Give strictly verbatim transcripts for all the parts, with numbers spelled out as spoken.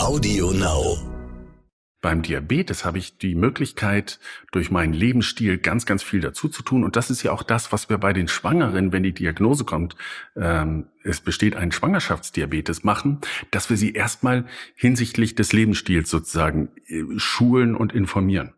Audio Now. Beim Diabetes habe ich die Möglichkeit, durch meinen Lebensstil ganz, ganz viel dazu zu tun. Und das ist ja auch das, was wir bei den Schwangeren, wenn die Diagnose kommt, ähm, es besteht ein Schwangerschaftsdiabetes, machen, dass wir sie erstmal hinsichtlich des Lebensstils sozusagen äh, schulen und informieren.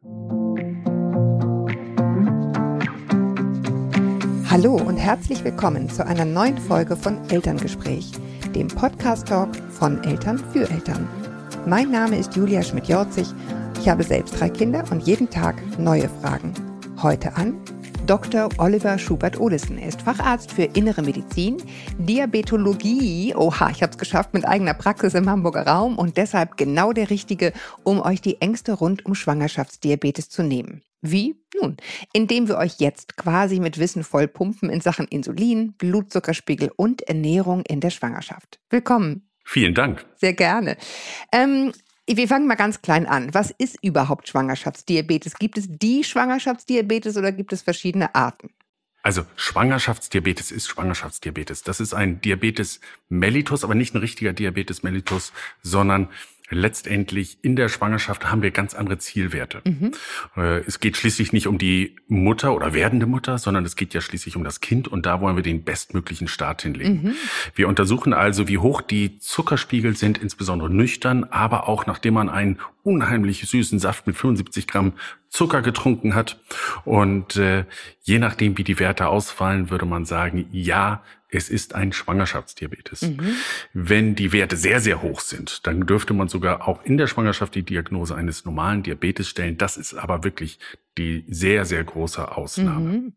Hallo und herzlich willkommen zu einer neuen Folge von Elterngespräch, dem Podcast-Talk von Eltern für Eltern. Mein Name ist Julia Schmidt-Jorzig. Ich habe selbst drei Kinder und jeden Tag neue Fragen. Heute an Doktor Oliver Schubert-Odesen. Er ist Facharzt für Innere Medizin, Diabetologie, oha, ich habe es geschafft, mit eigener Praxis im Hamburger Raum und deshalb genau der Richtige, um euch die Ängste rund um Schwangerschaftsdiabetes zu nehmen. Wie? Nun, indem wir euch jetzt quasi mit Wissen vollpumpen in Sachen Insulin, Blutzuckerspiegel und Ernährung in der Schwangerschaft. Willkommen. Vielen Dank. Sehr gerne. Ähm, wir fangen mal ganz klein an. Was ist überhaupt Schwangerschaftsdiabetes? Gibt es die Schwangerschaftsdiabetes oder gibt es verschiedene Arten? Also Schwangerschaftsdiabetes ist Schwangerschaftsdiabetes. Das ist ein Diabetes mellitus, aber nicht ein richtiger Diabetes mellitus, sondern letztendlich in der Schwangerschaft haben wir ganz andere Zielwerte. Mhm. Es geht schließlich nicht um die Mutter oder werdende Mutter, sondern es geht ja schließlich um das Kind und da wollen wir den bestmöglichen Start hinlegen. Mhm. Wir untersuchen also, wie hoch die Zuckerspiegel sind, insbesondere nüchtern, aber auch nachdem man einen unheimlich süßen Saft mit fünfundsiebzig Gramm Zucker getrunken hat. Und äh, je nachdem, wie die Werte ausfallen, würde man sagen, ja, es ist ein Schwangerschaftsdiabetes. Mhm. Wenn die Werte sehr, sehr hoch sind, dann dürfte man sogar auch in der Schwangerschaft die Diagnose eines normalen Diabetes stellen. Das ist aber wirklich die sehr, sehr große Ausnahme. Mhm.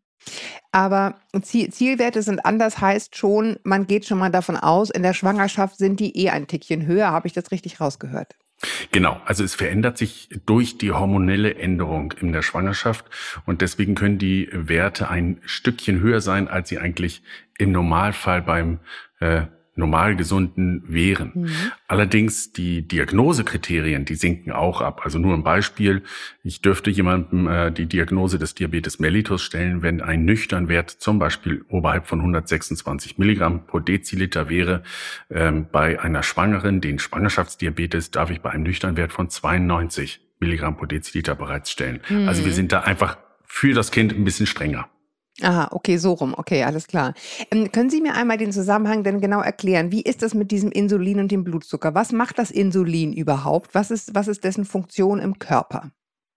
Aber Zielwerte sind anders, heißt schon, man geht schon mal davon aus, in der Schwangerschaft sind die eh ein Tickchen höher. Habe ich das richtig rausgehört? Genau, also es verändert sich durch die hormonelle Änderung in der Schwangerschaft und deswegen können die Werte ein Stückchen höher sein, als sie eigentlich im Normalfall beim äh, normal Gesunden wären. Mhm. Allerdings die Diagnosekriterien, die sinken auch ab. Also nur ein Beispiel, ich dürfte jemandem äh, die Diagnose des Diabetes mellitus stellen, wenn ein Nüchternwert zum Beispiel oberhalb von hundertsechsundzwanzig Milligramm pro Deziliter wäre. Ähm, bei einer Schwangeren, den Schwangerschaftsdiabetes, darf ich bei einem Nüchternwert von zweiundneunzig Milligramm pro Deziliter bereits stellen. Mhm. Also wir sind da einfach für das Kind ein bisschen strenger. Aha, okay, so rum. Okay, alles klar. Ähm, können Sie mir einmal den Zusammenhang denn genau erklären? Wie ist das mit diesem Insulin und dem Blutzucker? Was macht das Insulin überhaupt? Was ist, was ist dessen Funktion im Körper?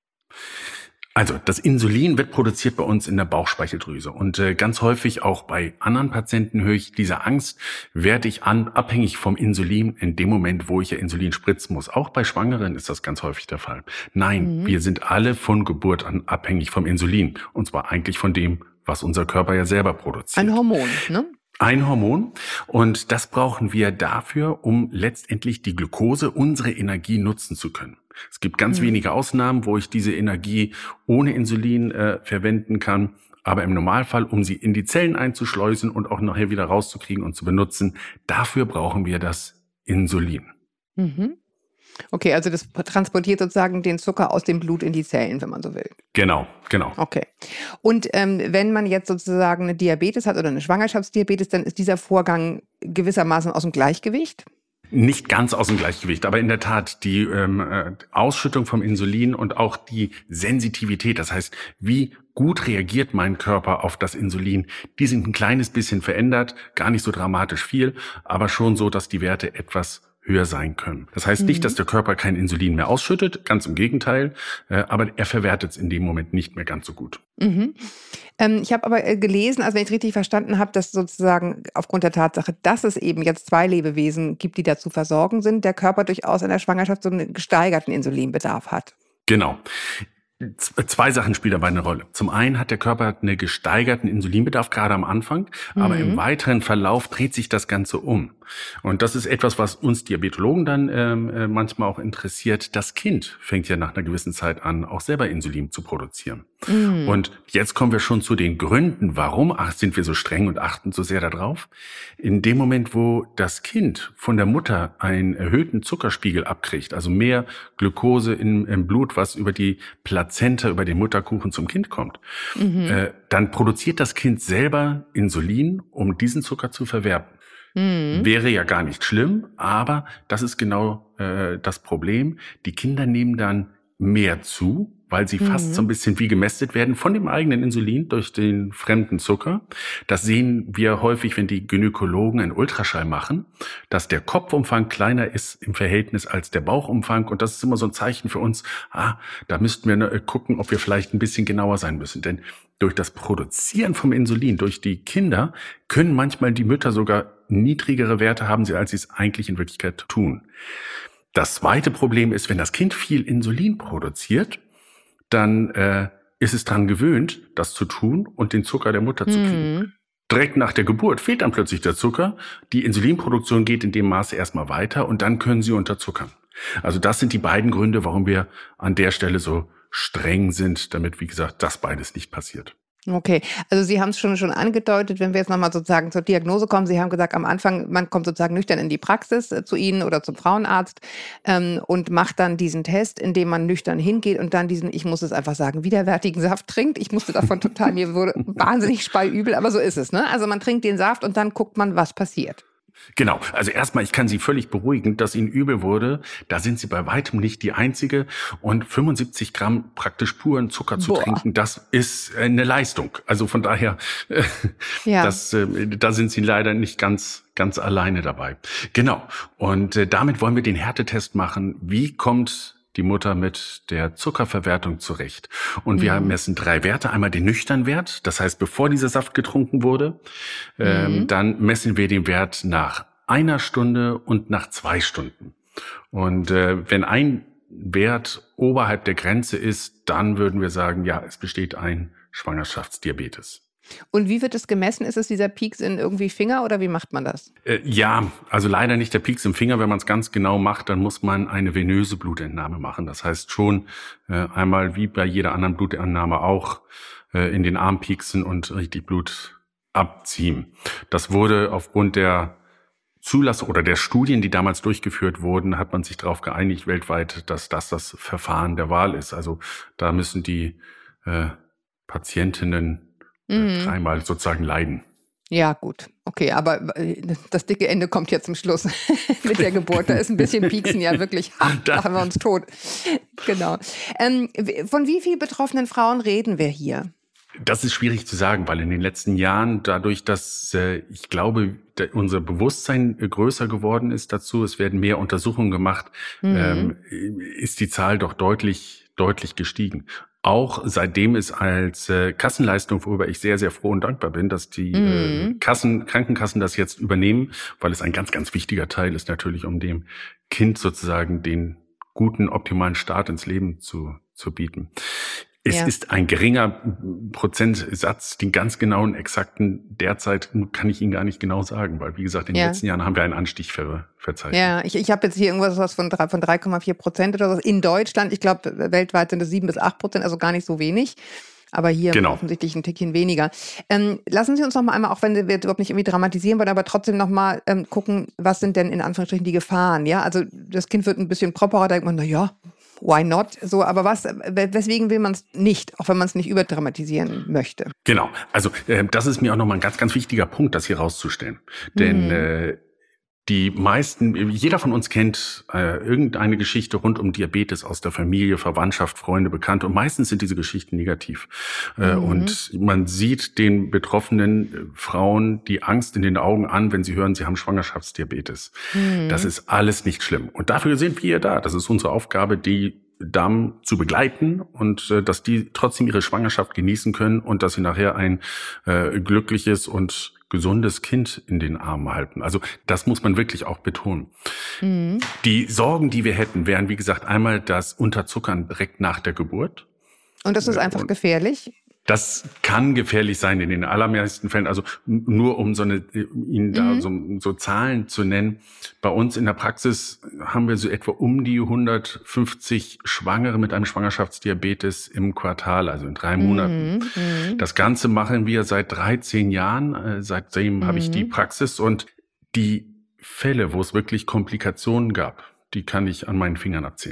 Also das Insulin wird produziert bei uns in der Bauchspeicheldrüse und äh, ganz häufig auch bei anderen Patienten höre ich diese Angst, werde ich an, abhängig vom Insulin in dem Moment, wo ich ja Insulin spritzen muss. Auch bei Schwangeren ist das ganz häufig der Fall. Nein, mhm. wir sind alle von Geburt an abhängig vom Insulin und zwar eigentlich von dem, was unser Körper ja selber produziert. Ein Hormon, ne? Ein Hormon und das brauchen wir dafür, um letztendlich die Glucose, unsere Energie nutzen zu können. Es gibt ganz mhm. wenige Ausnahmen, wo ich diese Energie ohne Insulin äh, verwenden kann, aber im Normalfall, um sie in die Zellen einzuschleusen und auch nachher wieder rauszukriegen und zu benutzen, dafür brauchen wir das Insulin. Mhm. Okay, also das transportiert sozusagen den Zucker aus dem Blut in die Zellen, wenn man so will. Genau, genau. Okay. Und ähm, wenn man jetzt sozusagen eine Diabetes hat oder eine Schwangerschaftsdiabetes, dann ist dieser Vorgang gewissermaßen aus dem Gleichgewicht? Nicht ganz aus dem Gleichgewicht, aber in der Tat die ähm, Ausschüttung vom Insulin und auch die Sensitivität, das heißt, wie gut reagiert mein Körper auf das Insulin, die sind ein kleines bisschen verändert, gar nicht so dramatisch viel, aber schon so, dass die Werte etwas höher sein können. Das heißt mhm. nicht, dass der Körper kein Insulin mehr ausschüttet, ganz im Gegenteil, äh, aber er verwertet es in dem Moment nicht mehr ganz so gut. Mhm. Ähm, ich habe aber äh, gelesen, also wenn ich richtig verstanden habe, dass sozusagen aufgrund der Tatsache, dass es eben jetzt zwei Lebewesen gibt, die da zu versorgen sind, der Körper durchaus in der Schwangerschaft so einen gesteigerten Insulinbedarf hat. Genau. Zwei Sachen spielen dabei eine Rolle. Zum einen hat der Körper einen gesteigerten Insulinbedarf, gerade am Anfang, mhm. aber im weiteren Verlauf dreht sich das Ganze um. Und das ist etwas, was uns Diabetologen dann ähm, äh, manchmal auch interessiert. Das Kind fängt ja nach einer gewissen Zeit an, auch selber Insulin zu produzieren. Mhm. Und jetzt kommen wir schon zu den Gründen, warum ach, sind wir so streng und achten so sehr darauf. In dem Moment, wo das Kind von der Mutter einen erhöhten Zuckerspiegel abkriegt, also mehr Glucose im, im Blut, was über die Plazenta, über den Mutterkuchen zum Kind kommt, mhm. äh, dann produziert das Kind selber Insulin, um diesen Zucker zu verwerten. Mhm. Wäre ja gar nicht schlimm, aber das ist genau äh, das Problem. Die Kinder nehmen dann mehr zu, weil sie fast Mhm. so ein bisschen wie gemästet werden von dem eigenen Insulin durch den fremden Zucker. Das sehen wir häufig, wenn die Gynäkologen einen Ultraschall machen, dass der Kopfumfang kleiner ist im Verhältnis als der Bauchumfang. Und das ist immer so ein Zeichen für uns, ah, da müssten wir äh, gucken, ob wir vielleicht ein bisschen genauer sein müssen. Denn durch das Produzieren vom Insulin, durch die Kinder, können manchmal die Mütter sogar niedrigere Werte haben, als sie es eigentlich in Wirklichkeit tun. Das zweite Problem ist, wenn das Kind viel Insulin produziert, dann äh, ist es dran gewöhnt, das zu tun und den Zucker der Mutter zu kriegen. Mhm. Direkt nach der Geburt fehlt dann plötzlich der Zucker. Die Insulinproduktion geht in dem Maße erstmal weiter und dann können sie unterzuckern. Also das sind die beiden Gründe, warum wir an der Stelle so streng sind, damit, wie gesagt, das beides nicht passiert. Okay, also Sie haben es schon schon angedeutet, wenn wir jetzt nochmal sozusagen zur Diagnose kommen. Sie haben gesagt, am Anfang, man kommt sozusagen nüchtern in die Praxis äh, zu Ihnen oder zum Frauenarzt ähm, und macht dann diesen Test, indem man nüchtern hingeht und dann diesen, ich muss es einfach sagen, widerwärtigen Saft trinkt. Ich musste davon total, mir wurde wahnsinnig speiübel, aber so ist es, ne? Also man trinkt den Saft und dann guckt man, was passiert. Genau, also erstmal, ich kann Sie völlig beruhigen, dass Ihnen übel wurde. Da sind Sie bei weitem nicht die Einzige. Und fünfundsiebzig Gramm praktisch puren Zucker zu Boah. trinken, das ist eine Leistung. Also von daher, äh, Ja. das, äh, da sind Sie leider nicht ganz ganz alleine dabei. Genau, und äh, damit wollen wir den Härtetest machen. Wie kommt die Mutter mit der Zuckerverwertung zurecht? Und wir Mhm. messen drei Werte. Einmal den nüchternen Wert, das heißt, bevor dieser Saft getrunken wurde. Ähm, Mhm. Dann messen wir den Wert nach einer Stunde und nach zwei Stunden. Und äh, wenn ein Wert oberhalb der Grenze ist, dann würden wir sagen, ja, es besteht ein Schwangerschaftsdiabetes. Und wie wird es gemessen? Ist es dieser Pieks in irgendwie Finger oder wie macht man das? Äh, ja, also leider nicht der Pieks im Finger. Wenn man es ganz genau macht, dann muss man eine venöse Blutentnahme machen. Das heißt schon äh, einmal wie bei jeder anderen Blutentnahme auch äh, in den Arm pieksen und richtig Blut abziehen. Das wurde aufgrund der Zulassung oder der Studien, die damals durchgeführt wurden, hat man sich darauf geeinigt weltweit, dass das das Verfahren der Wahl ist. Also da müssen die äh, Patientinnen äh, Mhm. dreimal sozusagen leiden. Ja, gut. Okay, aber äh, das dicke Ende kommt ja zum Schluss mit der Geburt. Da ist ein bisschen Pieksen ja wirklich hart. Da Da- haben wir uns tot. Genau. Ähm, w- von wie vielen betroffenen Frauen reden wir hier? Das ist schwierig zu sagen, weil in den letzten Jahren dadurch, dass äh, ich glaube, der, unser Bewusstsein äh, größer geworden ist dazu, es werden mehr Untersuchungen gemacht, Mhm. ähm, ist die Zahl doch deutlich, deutlich gestiegen. Auch seitdem es als äh, Kassenleistung, worüber ich sehr, sehr froh und dankbar bin, dass die äh, Mhm. Kassen, Krankenkassen das jetzt übernehmen, weil es ein ganz, ganz wichtiger Teil ist natürlich, um dem Kind sozusagen den guten, optimalen Start ins Leben zu, zu bieten. Es Ja. ist ein geringer Prozentsatz, den ganz genauen, exakten derzeit kann ich Ihnen gar nicht genau sagen, weil wie gesagt, in den Ja. letzten Jahren haben wir einen Anstieg ver, verzeichnet. Ja, ich, ich habe jetzt hier irgendwas was von, drei- von drei Komma vier Prozent oder so. In Deutschland, ich glaube, weltweit sind es sieben bis acht Prozent, also gar nicht so wenig. Aber hier Genau. offensichtlich ein Tickchen weniger. Ähm, lassen Sie uns noch mal einmal, auch wenn wir jetzt überhaupt nicht irgendwie dramatisieren wollen, aber trotzdem noch mal ähm, gucken, was sind denn in Anführungsstrichen die Gefahren? Ja, also das Kind wird ein bisschen properer, da denkt man, na ja, why not? So, aber was, weswegen will man es nicht, auch wenn man es nicht überdramatisieren möchte? Genau, also äh, das ist mir auch nochmal ein ganz, ganz wichtiger Punkt, das hier rauszustellen. Denn Mhm. äh, die meisten, jeder von uns kennt äh, irgendeine Geschichte rund um Diabetes aus der Familie, Verwandtschaft, Freunde, Bekannte. Und meistens sind diese Geschichten negativ. Äh, Mhm. Und man sieht den betroffenen äh, Frauen die Angst in den Augen an, wenn sie hören, sie haben Schwangerschaftsdiabetes. Mhm. Das ist alles nicht schlimm. Und dafür sind wir da. Das ist unsere Aufgabe, die Damen zu begleiten und äh, dass die trotzdem ihre Schwangerschaft genießen können und dass sie nachher ein äh, glückliches und gesundes Kind in den Armen halten. Also das muss man wirklich auch betonen. Mhm. Die Sorgen, die wir hätten, wären, wie gesagt, einmal das Unterzuckern direkt nach der Geburt. Und das ist Äh, einfach und- gefährlich. Das kann gefährlich sein in den allermeisten Fällen. Also n- nur um so eine, Ihnen da Mhm. so, so Zahlen zu nennen. Bei uns in der Praxis haben wir so etwa um die hundertfünfzig Schwangere mit einem Schwangerschaftsdiabetes im Quartal, also in drei Monaten. Mhm. Mhm. Das Ganze machen wir seit dreizehn Jahren. Äh, Seitdem habe ich die Mhm. Praxis und die Fälle, wo es wirklich Komplikationen gab, die kann ich an meinen Fingern abzählen.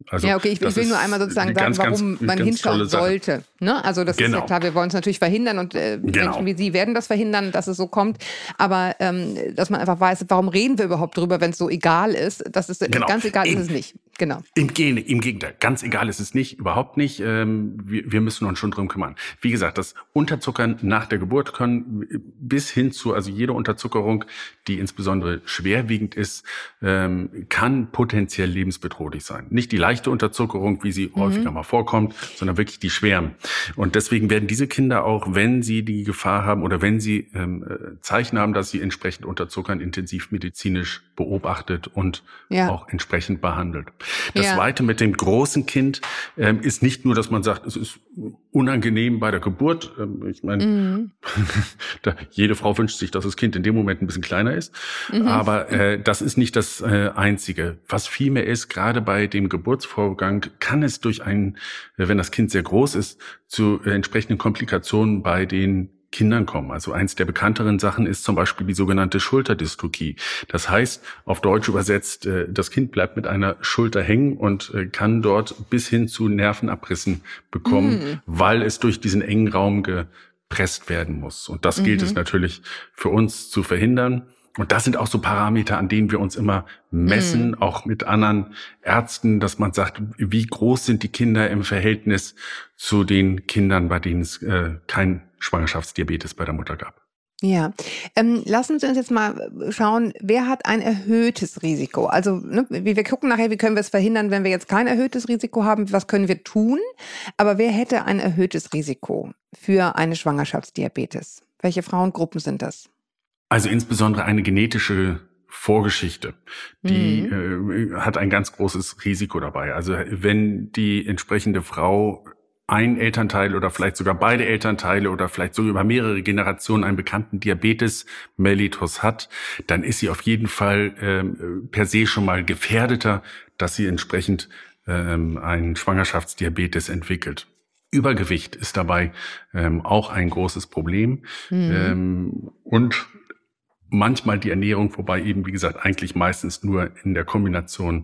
Also, ja, okay, ich, ich will nur einmal sozusagen sagen, ganz, warum ganz, man ganz hinschauen sollte. Ne? Also das genau. ist ja klar, wir wollen es natürlich verhindern und äh, genau. Menschen wie Sie werden das verhindern, dass es so kommt. Aber ähm, dass man einfach weiß, warum reden wir überhaupt drüber, wenn es so egal ist. Das ist genau. Ganz egal Im, ist es nicht. Genau. Im, Im Gegenteil, ganz egal ist es nicht, überhaupt nicht. Ähm, wir, wir müssen uns schon drum kümmern. Wie gesagt, das Unterzuckern nach der Geburt können bis hin zu, also jede Unterzuckerung, die insbesondere schwerwiegend ist, ähm, kann potenziell lebensbedrohlich sein. Nicht die leichte Unterzuckerung, wie sie mhm. häufiger mal vorkommt, sondern wirklich die schweren. Und deswegen werden diese Kinder auch, wenn sie die Gefahr haben oder wenn sie ähm, Zeichen haben, dass sie entsprechend unterzuckern, intensiv medizinisch beobachtet und ja. auch entsprechend behandelt. Das ja. Zweite mit dem großen Kind ähm, ist nicht nur, dass man sagt, es ist unangenehm bei der Geburt. Ähm, ich meine, mhm. da, jede Frau wünscht sich, dass das Kind in dem Moment ein bisschen kleiner ist. Mhm. Aber äh, das ist nicht das äh, Einzige. Was vielmehr ist, gerade bei dem Geburtsvorgang kann es durch einen, wenn das Kind sehr groß ist, zu äh, entsprechenden Komplikationen bei den Kindern kommen. Also eins der bekannteren Sachen ist zum Beispiel die sogenannte Schulterdystrokie. Das heißt, auf Deutsch übersetzt, das Kind bleibt mit einer Schulter hängen und kann dort bis hin zu Nervenabrissen bekommen, mm. weil es durch diesen engen Raum gepresst werden muss. Und das mm-hmm. gilt es natürlich für uns zu verhindern. Und das sind auch so Parameter, an denen wir uns immer messen, mm. auch mit anderen Ärzten, dass man sagt, wie groß sind die Kinder im Verhältnis zu den Kindern, bei denen es äh, kein Schwangerschaftsdiabetes bei der Mutter gab. Ja, ähm, lassen Sie uns jetzt mal schauen, wer hat ein erhöhtes Risiko? Also ne, wir gucken nachher, wie können wir es verhindern, wenn wir jetzt kein erhöhtes Risiko haben, was können wir tun? Aber wer hätte ein erhöhtes Risiko für eine Schwangerschaftsdiabetes? Welche Frauengruppen sind das? Also insbesondere eine genetische Vorgeschichte, die mhm. äh, hat ein ganz großes Risiko dabei. Also wenn die entsprechende Frau ein Elternteil oder vielleicht sogar beide Elternteile oder vielleicht sogar über mehrere Generationen einen bekannten Diabetes mellitus hat, dann ist sie auf jeden Fall ähm, per se schon mal gefährdeter, dass sie entsprechend ähm, einen Schwangerschaftsdiabetes entwickelt. Übergewicht ist dabei ähm, auch ein großes Problem. Mhm. Ähm, und manchmal die Ernährung, wobei eben, wie gesagt, eigentlich meistens nur in der Kombination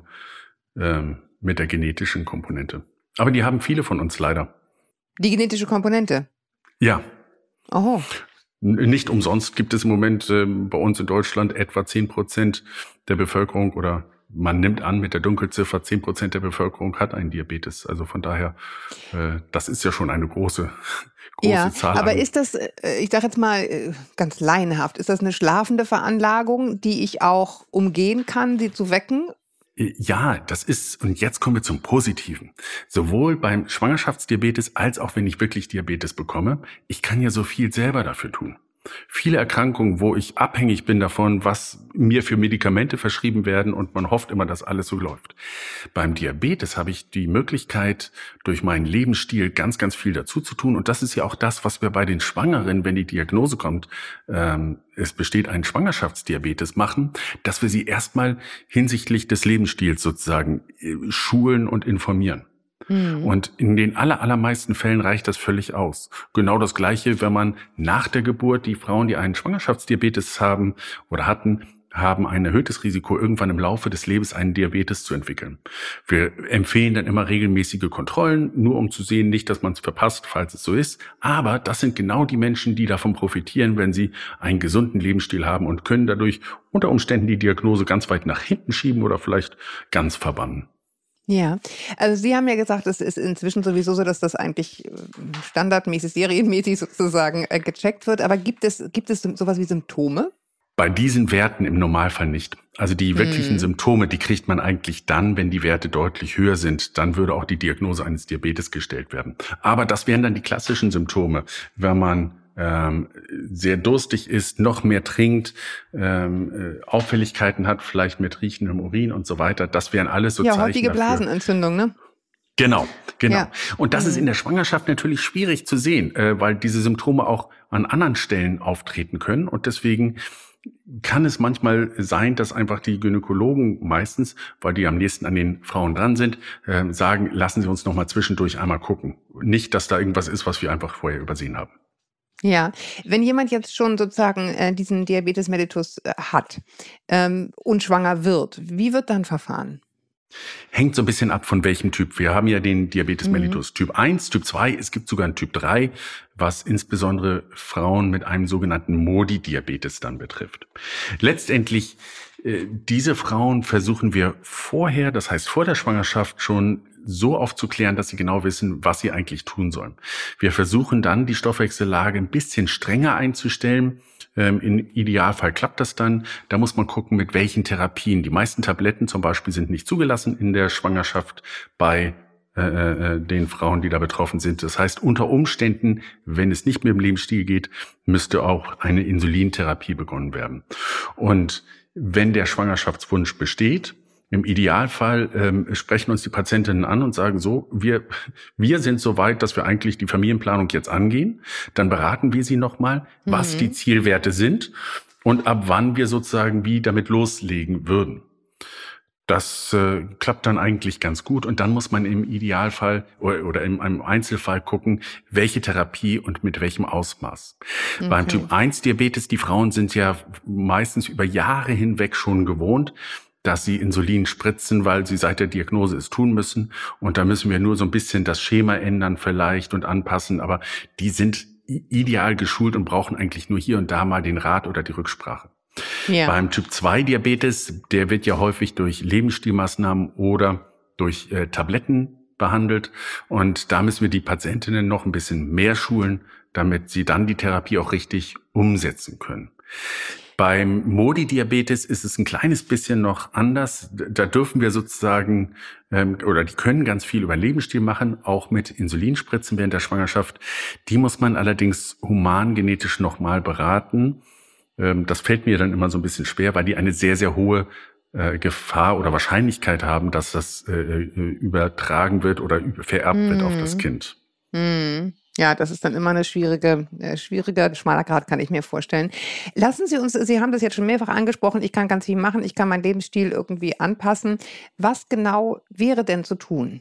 ähm, mit der genetischen Komponente. Aber die haben viele von uns leider. Die genetische Komponente? Ja. Oh. Nicht umsonst gibt es im Moment äh, bei uns in Deutschland etwa zehn Prozent der Bevölkerung oder man nimmt an, mit der Dunkelziffer zehn Prozent der Bevölkerung hat einen Diabetes. Also von daher, äh, das ist ja schon eine große, große ja, Zahl. Aber ist das, ich sage jetzt mal ganz laienhaft, ist das eine schlafende Veranlagung, die ich auch umgehen kann, sie zu wecken? Ja, das ist, und jetzt kommen wir zum Positiven. Sowohl beim Schwangerschaftsdiabetes als auch wenn ich wirklich Diabetes bekomme, ich kann ja so viel selber dafür tun. Viele Erkrankungen, wo ich abhängig bin davon, was mir für Medikamente verschrieben werden und man hofft immer, dass alles so läuft. Beim Diabetes habe ich die Möglichkeit, durch meinen Lebensstil ganz, ganz viel dazu zu tun und das ist ja auch das, was wir bei den Schwangeren, wenn die Diagnose kommt, ähm, es besteht ein Schwangerschaftsdiabetes machen, dass wir sie erstmal hinsichtlich des Lebensstils sozusagen schulen und informieren. Mhm. Und in den aller, allermeisten Fällen reicht das völlig aus. Genau das Gleiche, wenn man nach der Geburt, die Frauen, die einen Schwangerschaftsdiabetes haben oder hatten, haben ein erhöhtes Risiko, irgendwann im Laufe des Lebens einen Diabetes zu entwickeln. Wir empfehlen dann immer regelmäßige Kontrollen, nur um zu sehen, nicht, dass man es verpasst, falls es so ist. Aber das sind genau die Menschen, die davon profitieren, wenn sie einen gesunden Lebensstil haben und können dadurch unter Umständen die Diagnose ganz weit nach hinten schieben oder vielleicht ganz verbannen. Ja, also Sie haben ja gesagt, es ist inzwischen sowieso so, dass das eigentlich standardmäßig, serienmäßig sozusagen äh, gecheckt wird. Aber gibt es, gibt es sowas wie Symptome? Bei diesen Werten im Normalfall nicht. Also die wirklichen hm. Symptome, die kriegt man eigentlich dann, wenn die Werte deutlich höher sind. Dann würde auch die Diagnose eines Diabetes gestellt werden. Aber das wären dann die klassischen Symptome, wenn man ähm, sehr durstig ist, noch mehr trinkt, ähm, äh, Auffälligkeiten hat, vielleicht mit riechendem Urin und so weiter. Das wären alles so ja, Zeichen dafür. Ja, häufige Blasenentzündung, ne? Genau, genau. Ja. Und das mhm. ist in der Schwangerschaft natürlich schwierig zu sehen, äh, weil diese Symptome auch an anderen Stellen auftreten können. Und deswegen kann es manchmal sein, dass einfach die Gynäkologen meistens, weil die am nächsten an den Frauen dran sind, äh, sagen, lassen Sie uns noch mal zwischendurch einmal gucken. Nicht, dass da irgendwas ist, was wir einfach vorher übersehen haben. Ja, wenn jemand jetzt schon sozusagen äh, diesen Diabetes mellitus äh, hat ähm, und schwanger wird, wie wird dann verfahren? Hängt so ein bisschen ab von welchem Typ. Wir haben ja den Diabetes Mhm. mellitus Typ eins, Typ zwei, es gibt sogar einen Typ drei, was insbesondere Frauen mit einem sogenannten Modi-Diabetes dann betrifft. Letztendlich, äh, diese Frauen versuchen wir vorher, das heißt vor der Schwangerschaft schon so aufzuklären, dass sie genau wissen, was sie eigentlich tun sollen. Wir versuchen dann, die Stoffwechsellage ein bisschen strenger einzustellen. Ähm, im Idealfall klappt das dann. Da muss man gucken, mit welchen Therapien. Die meisten Tabletten zum Beispiel sind nicht zugelassen in der Schwangerschaft bei äh, den Frauen, die da betroffen sind. Das heißt, unter Umständen, wenn es nicht mit dem Lebensstil geht, müsste auch eine Insulintherapie begonnen werden. Und wenn der Schwangerschaftswunsch besteht, im Idealfall ähm, sprechen uns die Patientinnen an und sagen so, wir wir sind so weit, dass wir eigentlich die Familienplanung jetzt angehen. Dann beraten wir sie nochmal, was Mhm. die Zielwerte sind und ab wann wir sozusagen wie damit loslegen würden. Das äh, klappt dann eigentlich ganz gut und dann muss man im Idealfall oder, oder in einem Einzelfall gucken, welche Therapie und mit welchem Ausmaß. Okay. Beim Typ eins Diabetes, die Frauen sind ja meistens über Jahre hinweg schon gewohnt, dass sie Insulin spritzen, weil sie seit der Diagnose es tun müssen. Und da müssen wir nur so ein bisschen das Schema ändern vielleicht und anpassen. Aber die sind ideal geschult und brauchen eigentlich nur hier und da mal den Rat oder die Rücksprache. Ja. Beim Typ zwei Diabetes, der wird ja häufig durch Lebensstilmaßnahmen oder durch äh, Tabletten behandelt. Und da müssen wir die Patientinnen noch ein bisschen mehr schulen, damit sie dann die Therapie auch richtig umsetzen können. Beim Modi-Diabetes ist es ein kleines bisschen noch anders. Da dürfen wir sozusagen, ähm, oder die können ganz viel über den Lebensstil machen, auch mit Insulinspritzen während der Schwangerschaft. Die muss man allerdings humangenetisch nochmal beraten. Ähm, das fällt mir dann immer so ein bisschen schwer, weil die eine sehr, sehr hohe äh, Gefahr oder Wahrscheinlichkeit haben, dass das äh, übertragen wird oder vererbt Mhm. wird auf das Kind. Mhm. Ja, das ist dann immer eine schwierige, äh, schwieriger, schmaler Grad, kann ich mir vorstellen. Lassen Sie uns, Sie haben das jetzt schon mehrfach angesprochen, ich kann ganz viel machen, ich kann meinen Lebensstil irgendwie anpassen. Was genau wäre denn zu tun?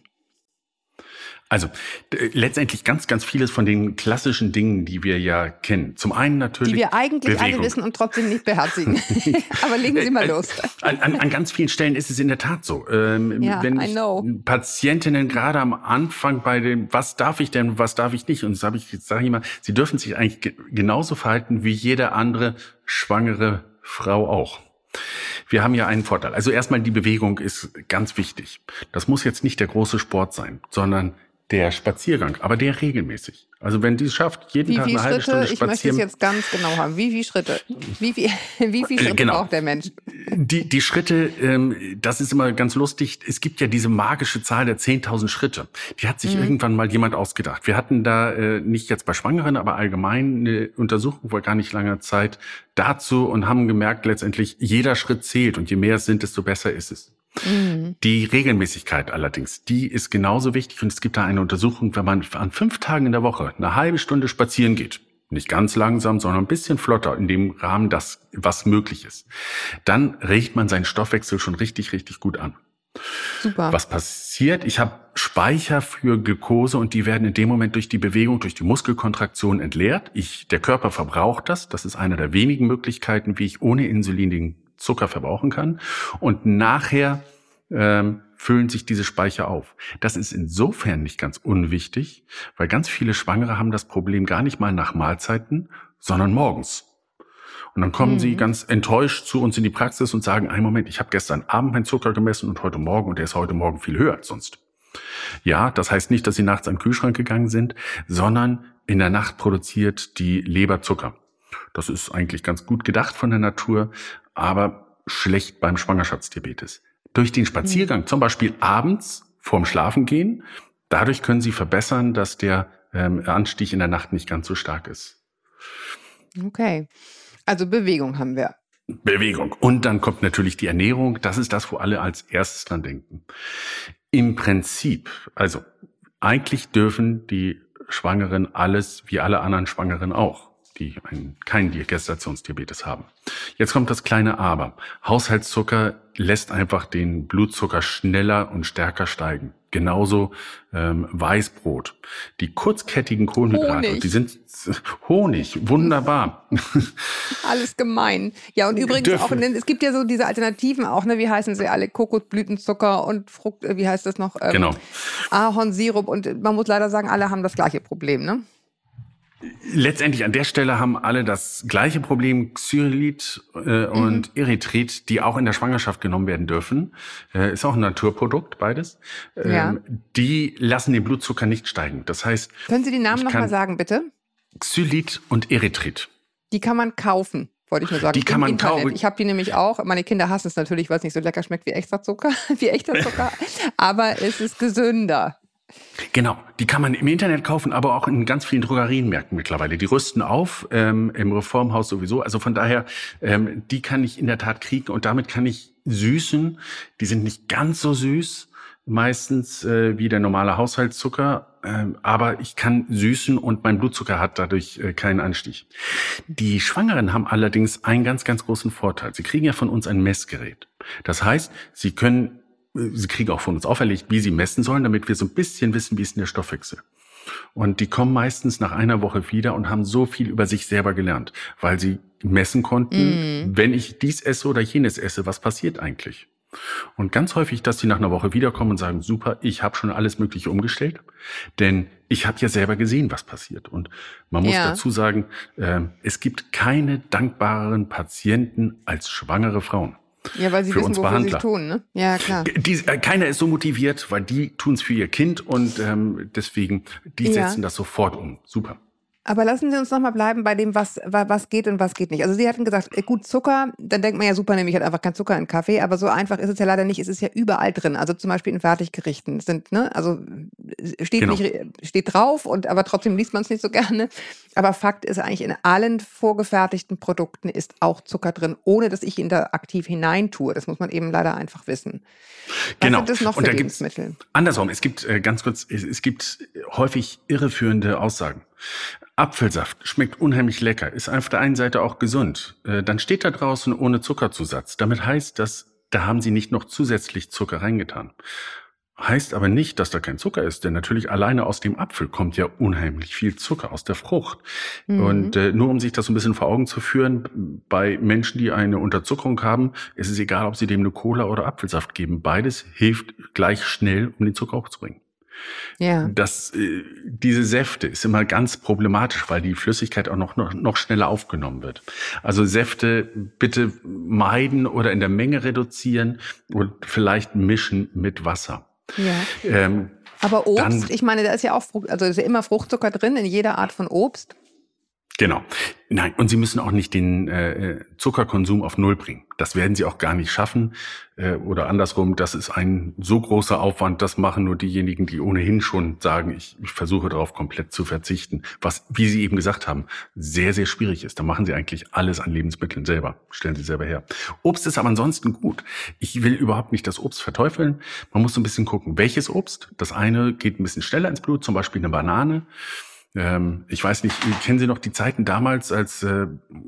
Also d- letztendlich ganz, ganz vieles von den klassischen Dingen, die wir ja kennen. Zum einen natürlich Die wir eigentlich alle Bewegung. wissen und trotzdem nicht beherzigen. Aber legen Sie mal los. An, an, an ganz vielen Stellen ist es in der Tat so. Ähm, Ja, wenn I ich know. Patientinnen gerade am Anfang bei dem, was darf ich denn, was darf ich nicht? Und das habe ich, jetzt sage ich immer, sie dürfen sich eigentlich ge- genauso verhalten wie jede andere schwangere Frau auch. Wir haben ja einen Vorteil. Also erstmal die Bewegung ist ganz wichtig. Das muss jetzt nicht der große Sport sein, sondern der Spaziergang, aber der regelmäßig. Also wenn die es schafft, jeden Wie Tag viele eine halbe Schritte? Stunde Ich möchte es spazieren. jetzt ganz genau haben. Wie viele Schritte? Wie, viel, wie viele Schritte Genau. braucht der Mensch? Die, die Schritte, ähm, das ist immer ganz lustig. Es gibt ja diese magische Zahl der zehntausend Schritte. Die hat sich Mhm. irgendwann mal jemand ausgedacht. Wir hatten da äh, nicht jetzt bei Schwangeren, aber allgemein eine Untersuchung vor gar nicht langer Zeit dazu und haben gemerkt, letztendlich jeder Schritt zählt und je mehr es sind, desto besser ist es. Mhm. Die Regelmäßigkeit allerdings, die ist genauso wichtig und es gibt da eine Untersuchung, wenn man an fünf Tagen in der Woche eine halbe Stunde spazieren geht, nicht ganz langsam, sondern ein bisschen flotter, in dem Rahmen, das was möglich ist, dann regt man seinen Stoffwechsel schon richtig, richtig gut an. Super. Was passiert? Ich habe Speicher für Glucose und die werden in dem Moment durch die Bewegung, durch die Muskelkontraktion entleert. Ich, der Körper verbraucht das. Das ist eine der wenigen Möglichkeiten, wie ich ohne Insulin den Zucker verbrauchen kann. Und nachher ähm, füllen sich diese Speicher auf. Das ist insofern nicht ganz unwichtig, weil ganz viele Schwangere haben das Problem gar nicht mal nach Mahlzeiten, sondern morgens. Und dann kommen Mhm. sie ganz enttäuscht zu uns in die Praxis und sagen, einen Moment, ich habe gestern Abend meinen Zucker gemessen und heute Morgen und der ist heute Morgen viel höher als sonst. Ja, das heißt nicht, dass sie nachts an den Kühlschrank gegangen sind, sondern in der Nacht produziert die Leber Zucker. Das ist eigentlich ganz gut gedacht von der Natur, aber schlecht beim Schwangerschaftsdiabetes. Durch den Spaziergang, zum Beispiel abends vorm Schlafengehen, dadurch können sie verbessern, dass der ähm, Anstieg in der Nacht nicht ganz so stark ist. Okay. Also Bewegung haben wir. Bewegung. Und dann kommt natürlich die Ernährung. Das ist das, wo alle als erstes dran denken. Im Prinzip, also eigentlich dürfen die Schwangeren alles wie alle anderen Schwangeren auch. die einen, keinen Gestationsdiabetes haben. Jetzt kommt das kleine Aber. Haushaltszucker lässt einfach den Blutzucker schneller und stärker steigen. Genauso ähm, Weißbrot. Die kurzkettigen Kohlenhydrate, Honig. die sind Honig, wunderbar. Alles gemein. Ja, und übrigens Dürfen. auch, in, es gibt ja so diese Alternativen auch, ne? Wie heißen sie alle? Kokosblütenzucker und Frucht, wie heißt das noch? Ähm, Genau. Ahornsirup. Und man muss leider sagen, alle haben das gleiche Problem, ne? Letztendlich an der Stelle haben alle das gleiche Problem, Xylit äh, und mhm. Erythrit, die auch in der Schwangerschaft genommen werden dürfen. Äh, ist auch ein Naturprodukt, beides. Ähm, ja. Die lassen den Blutzucker nicht steigen. Das heißt, können Sie die Namen nochmal sagen, bitte? Xylit und Erythrit. Die kann man kaufen, wollte ich nur sagen. Die kann man kaufen. Ich habe die nämlich auch. Meine Kinder hassen es natürlich, weil es nicht so lecker schmeckt wie extra Zucker, wie echter Zucker. Aber es ist gesünder. Genau, die kann man im Internet kaufen, aber auch in ganz vielen Drogerienmärkten mittlerweile. Die rüsten auf, ähm, im Reformhaus sowieso. Also von daher, ähm, die kann ich in der Tat kriegen und damit kann ich süßen. Die sind nicht ganz so süß, meistens äh, wie der normale Haushaltszucker, ähm, aber ich kann süßen und mein Blutzucker hat dadurch äh, keinen Anstieg. Die Schwangeren haben allerdings einen ganz, ganz großen Vorteil. Sie kriegen ja von uns ein Messgerät. Das heißt, sie können Sie kriegen auch von uns auferlegt, wie sie messen sollen, damit wir so ein bisschen wissen, wie ist denn der Stoffwechsel. Und die kommen meistens nach einer Woche wieder und haben so viel über sich selber gelernt, weil sie messen konnten, mm. wenn ich dies esse oder jenes esse, was passiert eigentlich? Und ganz häufig, dass die nach einer Woche wiederkommen und sagen, super, ich habe schon alles Mögliche umgestellt, denn ich habe ja selber gesehen, was passiert. Und man muss ja. dazu sagen, äh, es gibt keine dankbareren Patienten als schwangere Frauen. Ja, weil sie für wissen, uns wofür Behandler. sie es tun, ne? Ja, klar. Die, äh, keiner ist so motiviert, weil die tun es für ihr Kind und ähm, deswegen, die ja. setzen das sofort um. Super. Aber lassen Sie uns noch mal bleiben bei dem, was, was geht und was geht nicht. Also Sie hatten gesagt, gut, Zucker, dann denkt man ja, super, nehme ich halt einfach keinen Zucker in Kaffee, aber so einfach ist es ja leider nicht. Es ist ja überall drin, also zum Beispiel in Fertiggerichten. Es sind, ne, also steht, genau. nicht, steht drauf, und aber trotzdem liest man es nicht so gerne. Aber Fakt ist eigentlich, in allen vorgefertigten Produkten ist auch Zucker drin, ohne dass ich ihn da aktiv hineintue. Das muss man eben leider einfach wissen. Was genau. sind das noch für und da Lebensmittel? Andersrum, es gibt äh, ganz kurz, es, es gibt häufig irreführende Aussagen. Apfelsaft schmeckt unheimlich lecker, ist auf der einen Seite auch gesund. Äh, dann steht da draußen ohne Zuckerzusatz. Damit heißt das, da haben sie nicht noch zusätzlich Zucker reingetan. Heißt aber nicht, dass da kein Zucker ist, denn natürlich alleine aus dem Apfel kommt ja unheimlich viel Zucker aus der Frucht. Mhm. Und äh, nur um sich das so ein bisschen vor Augen zu führen, bei Menschen, die eine Unterzuckerung haben, ist es egal, ob sie dem eine Cola oder Apfelsaft geben. Beides hilft gleich schnell, um den Zucker hochzubringen. Ja. Das, äh, diese Säfte ist immer ganz problematisch, weil die Flüssigkeit auch noch, noch, noch schneller aufgenommen wird. Also Säfte bitte meiden oder in der Menge reduzieren und vielleicht mischen mit Wasser. Ja. Ähm, Aber Obst, dann, ich meine, da ist ja auch Frucht, also ist ja immer Fruchtzucker drin in jeder Art von Obst. Genau. Nein, und Sie müssen auch nicht den äh, Zuckerkonsum auf Null bringen. Das werden Sie auch gar nicht schaffen. Äh, oder andersrum, das ist ein so großer Aufwand, das machen nur diejenigen, die ohnehin schon sagen, ich, ich versuche darauf komplett zu verzichten. Was, wie Sie eben gesagt haben, sehr, sehr schwierig ist. Da machen Sie eigentlich alles an Lebensmitteln selber. Stellen Sie selber her. Obst ist aber ansonsten gut. Ich will überhaupt nicht das Obst verteufeln. Man muss so ein bisschen gucken, welches Obst. Das eine geht ein bisschen schneller ins Blut, zum Beispiel eine Banane. Ähm, ich weiß nicht, kennen Sie noch die Zeiten damals, als, äh,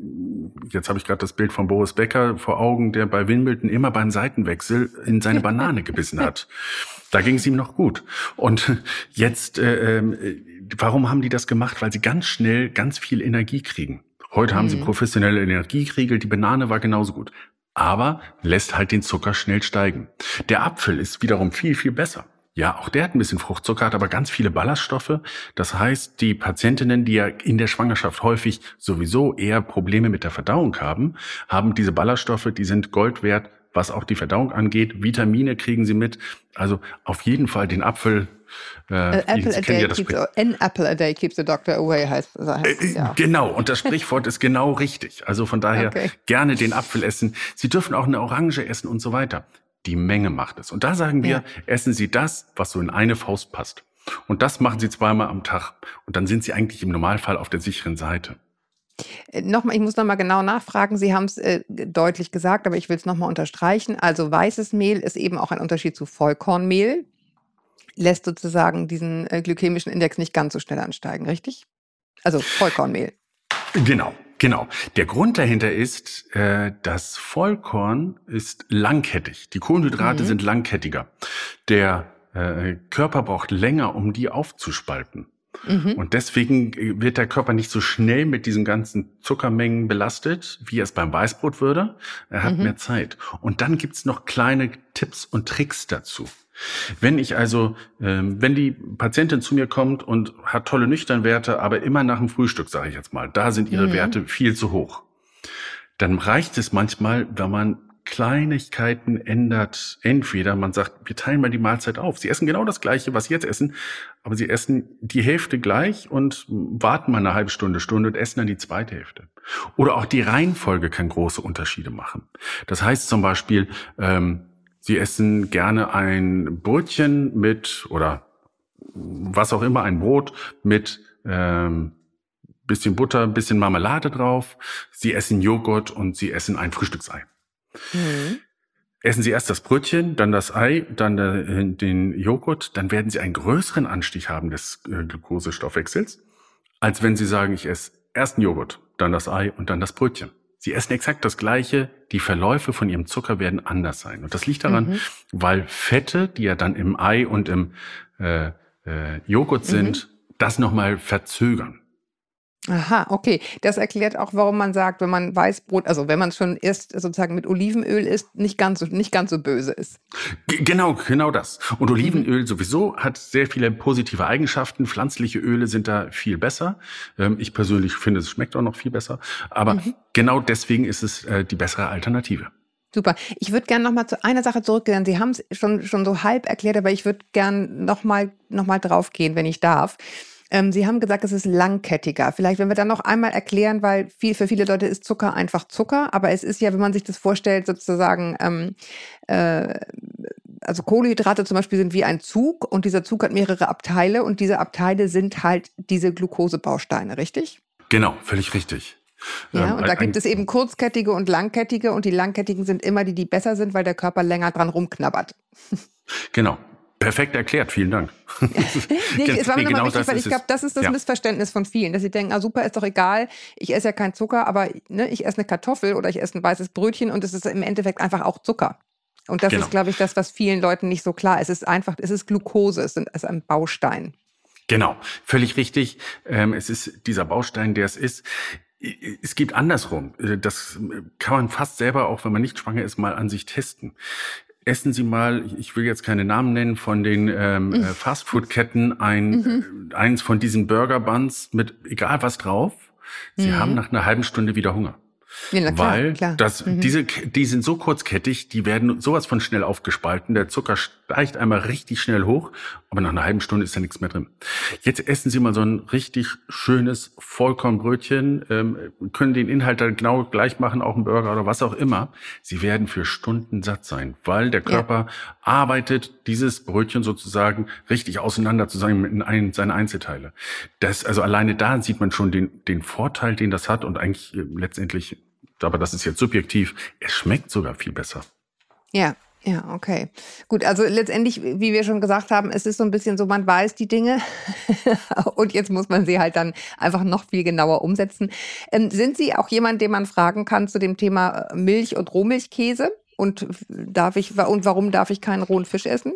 jetzt habe ich gerade das Bild von Boris Becker vor Augen, der bei Wimbledon immer beim Seitenwechsel in seine Banane gebissen hat. Da ging es ihm noch gut. Und jetzt, äh, äh, warum haben die das gemacht? Weil sie ganz schnell ganz viel Energie kriegen. Heute mhm. haben sie professionelle Energiekriegel, die Banane war genauso gut. Aber lässt halt den Zucker schnell steigen. Der Apfel ist wiederum viel, viel besser. Ja, auch der hat ein bisschen Fruchtzucker, hat aber ganz viele Ballaststoffe. Das heißt, die Patientinnen, die ja in der Schwangerschaft häufig sowieso eher Probleme mit der Verdauung haben, haben diese Ballaststoffe, die sind Gold wert, was auch die Verdauung angeht. Vitamine kriegen sie mit. Also auf jeden Fall den Apfel. Äh, An apple, Sie a kennen day ja das keeps, an apple a day keeps the doctor away, heißt, heißt es ja. Genau, und das Sprichwort ist genau richtig. Also von daher okay. gerne den Apfel essen. Sie dürfen auch eine Orange essen und so weiter. Die Menge macht es. Und da sagen wir, ja. essen Sie das, was so in eine Faust passt. Und das machen Sie zweimal am Tag. Und dann sind Sie eigentlich im Normalfall auf der sicheren Seite. Äh, nochmal, ich muss nochmal genau nachfragen. Sie haben es äh, deutlich gesagt, aber ich will es nochmal unterstreichen. Also weißes Mehl ist eben auch ein Unterschied zu Vollkornmehl. Lässt sozusagen diesen äh, glykämischen Index nicht ganz so schnell ansteigen, richtig? Also Vollkornmehl. Genau, genau. Der Grund dahinter ist, äh, das Vollkorn ist langkettig. Die Kohlenhydrate mhm. sind langkettiger. Der äh, Körper braucht länger, um die aufzuspalten. Mhm. Und deswegen wird der Körper nicht so schnell mit diesen ganzen Zuckermengen belastet, wie es beim Weißbrot würde. Er hat mhm. mehr Zeit. Und dann gibt's noch kleine Tipps und Tricks dazu. Wenn ich also, ähm, wenn die Patientin zu mir kommt und hat tolle Nüchternwerte, aber immer nach dem Frühstück, sage ich jetzt mal, da sind ihre mhm. Werte viel zu hoch, dann reicht es manchmal, wenn man Kleinigkeiten ändert. Entweder man sagt, wir teilen mal die Mahlzeit auf. Sie essen genau das Gleiche, was Sie jetzt essen, aber Sie essen die Hälfte gleich und warten mal eine halbe Stunde, Stunde und essen dann die zweite Hälfte. Oder auch die Reihenfolge kann große Unterschiede machen. Das heißt zum Beispiel, ähm, Sie essen gerne ein Brötchen mit, oder was auch immer, ein Brot mit ähm, bisschen Butter, bisschen Marmelade drauf. Sie essen Joghurt und Sie essen ein Frühstücksei. Mhm. Essen Sie erst das Brötchen, dann das Ei, dann äh, den Joghurt, dann werden Sie einen größeren Anstieg haben des äh, Glukosestoffwechsels, als wenn Sie sagen, ich esse erst den Joghurt, dann das Ei und dann das Brötchen. Sie essen exakt das Gleiche, die Verläufe von ihrem Zucker werden anders sein. Und das liegt daran, mhm. weil Fette, die ja dann im Ei und im äh, äh, Joghurt sind, mhm. das nochmal verzögern. Aha, okay. Das erklärt auch, warum man sagt, wenn man Weißbrot, also wenn man es schon isst, sozusagen mit Olivenöl isst, nicht ganz so, nicht ganz so böse ist. G- Genau, genau das. Und Olivenöl mhm. sowieso hat sehr viele positive Eigenschaften. Pflanzliche Öle sind da viel besser. Ähm, ich persönlich finde, es schmeckt auch noch viel besser. Aber mhm. genau deswegen ist es äh, die bessere Alternative. Super. Ich würde gerne noch mal zu einer Sache zurückgehen. Sie haben es schon, schon so halb erklärt, aber ich würde gerne noch mal, noch mal drauf gehen, wenn ich darf. Ähm, Sie haben gesagt, es ist langkettiger. Vielleicht, wenn wir dann noch einmal erklären, weil viel, für viele Leute ist Zucker einfach Zucker, aber es ist ja, wenn man sich das vorstellt, sozusagen, ähm, äh, also Kohlenhydrate zum Beispiel sind wie ein Zug und dieser Zug hat mehrere Abteile und diese Abteile sind halt diese Glukosebausteine, richtig? Genau, völlig richtig. Ja, Ähm, und da ein, gibt es eben kurzkettige und langkettige und die langkettigen sind immer die, die besser sind, weil der Körper länger dran rumknabbert. Genau. Perfekt erklärt, vielen Dank. nee, es war mir nee, nochmal genau wichtig, weil ich glaube, das ist das ja. Missverständnis von vielen, dass sie denken, ah super, ist doch egal, ich esse ja keinen Zucker, aber ne, ich esse eine Kartoffel oder ich esse ein weißes Brötchen und es ist im Endeffekt einfach auch Zucker. Und das genau. ist, glaube ich, das, was vielen Leuten nicht so klar ist. Es ist einfach, es ist Glucose, es ist ein Baustein. Genau, völlig richtig. Ähm, es ist dieser Baustein, der es ist. Es gibt andersrum. Das kann man fast selber, auch wenn man nicht schwanger ist, mal an sich testen. Essen Sie mal, ich will jetzt keine Namen nennen, von den ähm, mhm. Fastfood-Ketten ein, mhm. äh, eins von diesen Burger-Buns mit egal was drauf. Sie mhm. haben nach einer halben Stunde wieder Hunger. Ja, na klar, weil klar. Das, mhm. diese, die sind so kurzkettig, die werden sowas von schnell aufgespalten. Der Zucker steigt einmal richtig schnell hoch, aber nach einer halben Stunde ist da nichts mehr drin. Jetzt essen Sie mal so ein richtig schönes Vollkornbrötchen, ähm, können den Inhalt dann genau gleich machen, auch ein Burger oder was auch immer. Sie werden für Stunden satt sein, weil der Körper ja. arbeitet, dieses Brötchen sozusagen richtig auseinander zu sein in ein, seine Einzelteile. Das, also alleine da sieht man schon den, den Vorteil, den das hat und eigentlich äh, letztendlich, aber das ist jetzt subjektiv, es schmeckt sogar viel besser. Ja, ja, okay. Gut, also letztendlich, wie wir schon gesagt haben, es ist so ein bisschen so, man weiß die Dinge und jetzt muss man sie halt dann einfach noch viel genauer umsetzen. Ähm, sind Sie auch jemand, den man fragen kann zu dem Thema Milch und Rohmilchkäse? Und darf ich, und warum darf ich keinen rohen Fisch essen?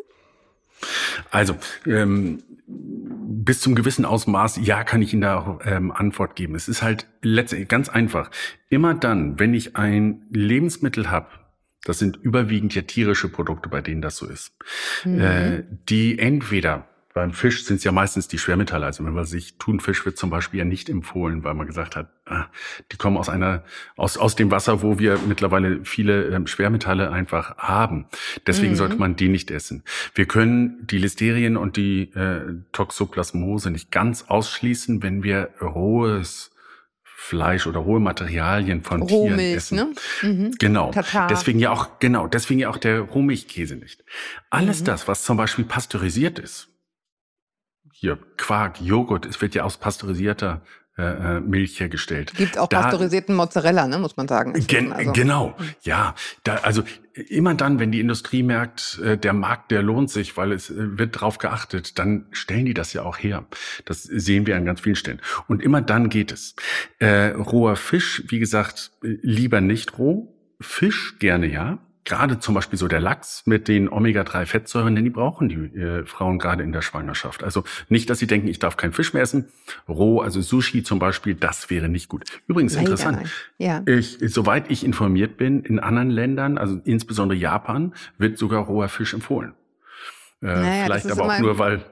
Also, ähm, bis zum gewissen Ausmaß, ja, kann ich Ihnen da auch ähm, Antwort geben. Es ist halt letztendlich ganz einfach. Immer dann, wenn ich ein Lebensmittel habe, das sind überwiegend ja tierische Produkte, bei denen das so ist, mhm. äh, die entweder, beim Fisch sind es ja meistens die Schwermetalle, also wenn man sich, Thunfisch wird zum Beispiel ja nicht empfohlen, weil man gesagt hat, ah, die kommen aus einer, aus, aus dem Wasser, wo wir mittlerweile viele ähm, Schwermetalle einfach haben. Deswegen mhm. sollte man die nicht essen. Wir können die Listerien und die äh, Toxoplasmose nicht ganz ausschließen, wenn wir rohes Fleisch oder rohe Materialien von Rohmilch, Tieren essen. Ne? Mhm. Genau. Tatar. Deswegen ja auch, genau, deswegen ja auch der Rohmilchkäse nicht. Alles mhm. das, was zum Beispiel pasteurisiert ist, hier Quark, Joghurt, es wird ja aus pasteurisierter äh, Milch hergestellt. Gibt auch da, pasteurisierten Mozzarella, ne, muss man sagen. Gen, also. Genau, ja. Da, also immer dann, wenn die Industrie merkt, äh, der Markt, der lohnt sich, weil es äh, wird drauf geachtet, dann stellen die das ja auch her. Das sehen wir an ganz vielen Stellen. Und immer dann geht es. Äh, roher Fisch, wie gesagt, lieber nicht roh. Fisch gerne ja. Gerade zum Beispiel so der Lachs mit den Omega drei Fettsäuren, denn die brauchen die äh, Frauen gerade in der Schwangerschaft. Also nicht, dass sie denken, ich darf keinen Fisch mehr essen. Roh, also Sushi zum Beispiel, das wäre nicht gut. Übrigens Leider interessant, ja. ich, soweit ich informiert bin, in anderen Ländern, also insbesondere Japan, wird sogar roher Fisch empfohlen. Äh, naja, vielleicht aber auch nur, weil...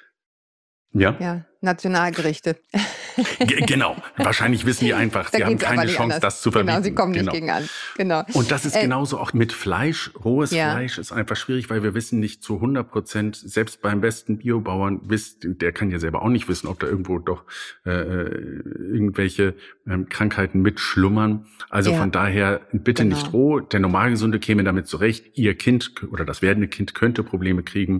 Ja, ja, Nationalgerichte. G- genau, wahrscheinlich wissen die einfach, sie haben keine Chance, anders. das zu verbieten. Genau, sie kommen nicht genau. gegen an. Genau. Und das ist äh, genauso auch mit Fleisch. Rohes ja. Fleisch ist einfach schwierig, weil wir wissen nicht zu hundert Prozent, selbst beim besten Biobauern, wisst, der kann ja selber auch nicht wissen, ob da irgendwo doch äh, irgendwelche ähm, Krankheiten mitschlummern. Also ja. von daher bitte genau. nicht roh. Der Normalgesunde käme damit zurecht. Ihr Kind oder das werdende Kind könnte Probleme kriegen.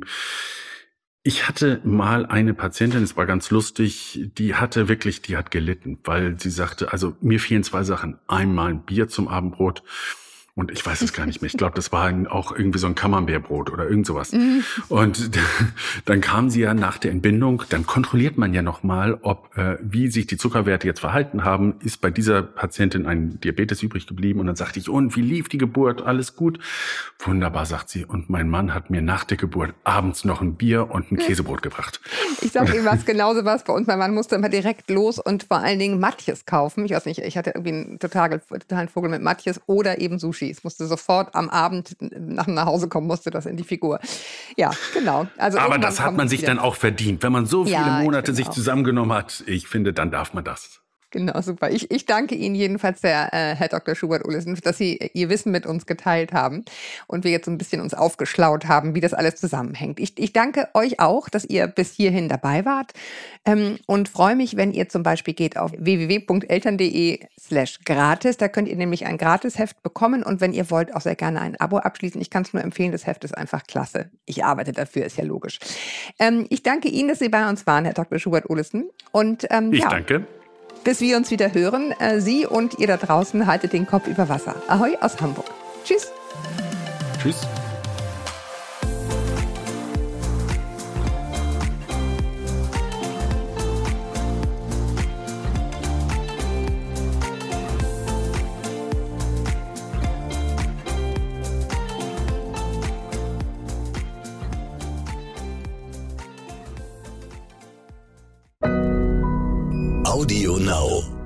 Ich hatte mal eine Patientin, es war ganz lustig, die hatte wirklich, die hat gelitten, weil sie sagte, also mir fehlen zwei Sachen. Einmal ein Bier zum Abendbrot und ich weiß es gar nicht mehr. Ich glaube, das war auch irgendwie so ein Camembert-Brot oder irgend sowas. Und dann kam sie ja nach der Entbindung, dann kontrolliert man ja nochmal, ob äh, wie sich die Zuckerwerte jetzt verhalten haben. Ist bei dieser Patientin ein Diabetes übrig geblieben? Und dann sagte ich, und wie lief die Geburt? Alles gut? Wunderbar, sagt sie. Und mein Mann hat mir nach der Geburt abends noch ein Bier und ein Käsebrot gebracht. Ich sag Ihnen was, genauso was bei uns. Mein Mann musste immer direkt los und vor allen Dingen Matjes kaufen. Ich weiß nicht, ich hatte irgendwie einen totalen, totalen Vogel mit Matjes oder eben Sushi. Es musste sofort am Abend nach dem Nachhause kommen, musste das in die Figur. Ja, genau. Also aber das hat man sich wieder. Dann auch verdient. Wenn man so viele ja, Monate sich auch. zusammengenommen hat, ich finde, dann darf man das. Genau, super. Ich, ich danke Ihnen jedenfalls, der äh, Herr Doktor Schubert-Olesen, dass Sie Ihr Wissen mit uns geteilt haben und wir jetzt so ein bisschen uns aufgeschlaut haben, wie das alles zusammenhängt. Ich, ich danke euch auch, dass ihr bis hierhin dabei wart ähm, und freue mich, wenn ihr zum Beispiel geht auf w w w punkt eltern punkt d e slash gratis. Da könnt ihr nämlich ein Gratisheft bekommen und wenn ihr wollt, auch sehr gerne ein Abo abschließen. Ich kann es nur empfehlen, das Heft ist einfach klasse. Ich arbeite dafür, ist ja logisch. Ähm, ich danke Ihnen, dass Sie bei uns waren, Herr Doktor Schubert-Olesen. Und ähm, ich ja. danke. Bis wir uns wieder hören, äh, Sie und ihr da draußen haltet den Kopf über Wasser. Ahoi aus Hamburg. Tschüss. Tschüss. Audio Now.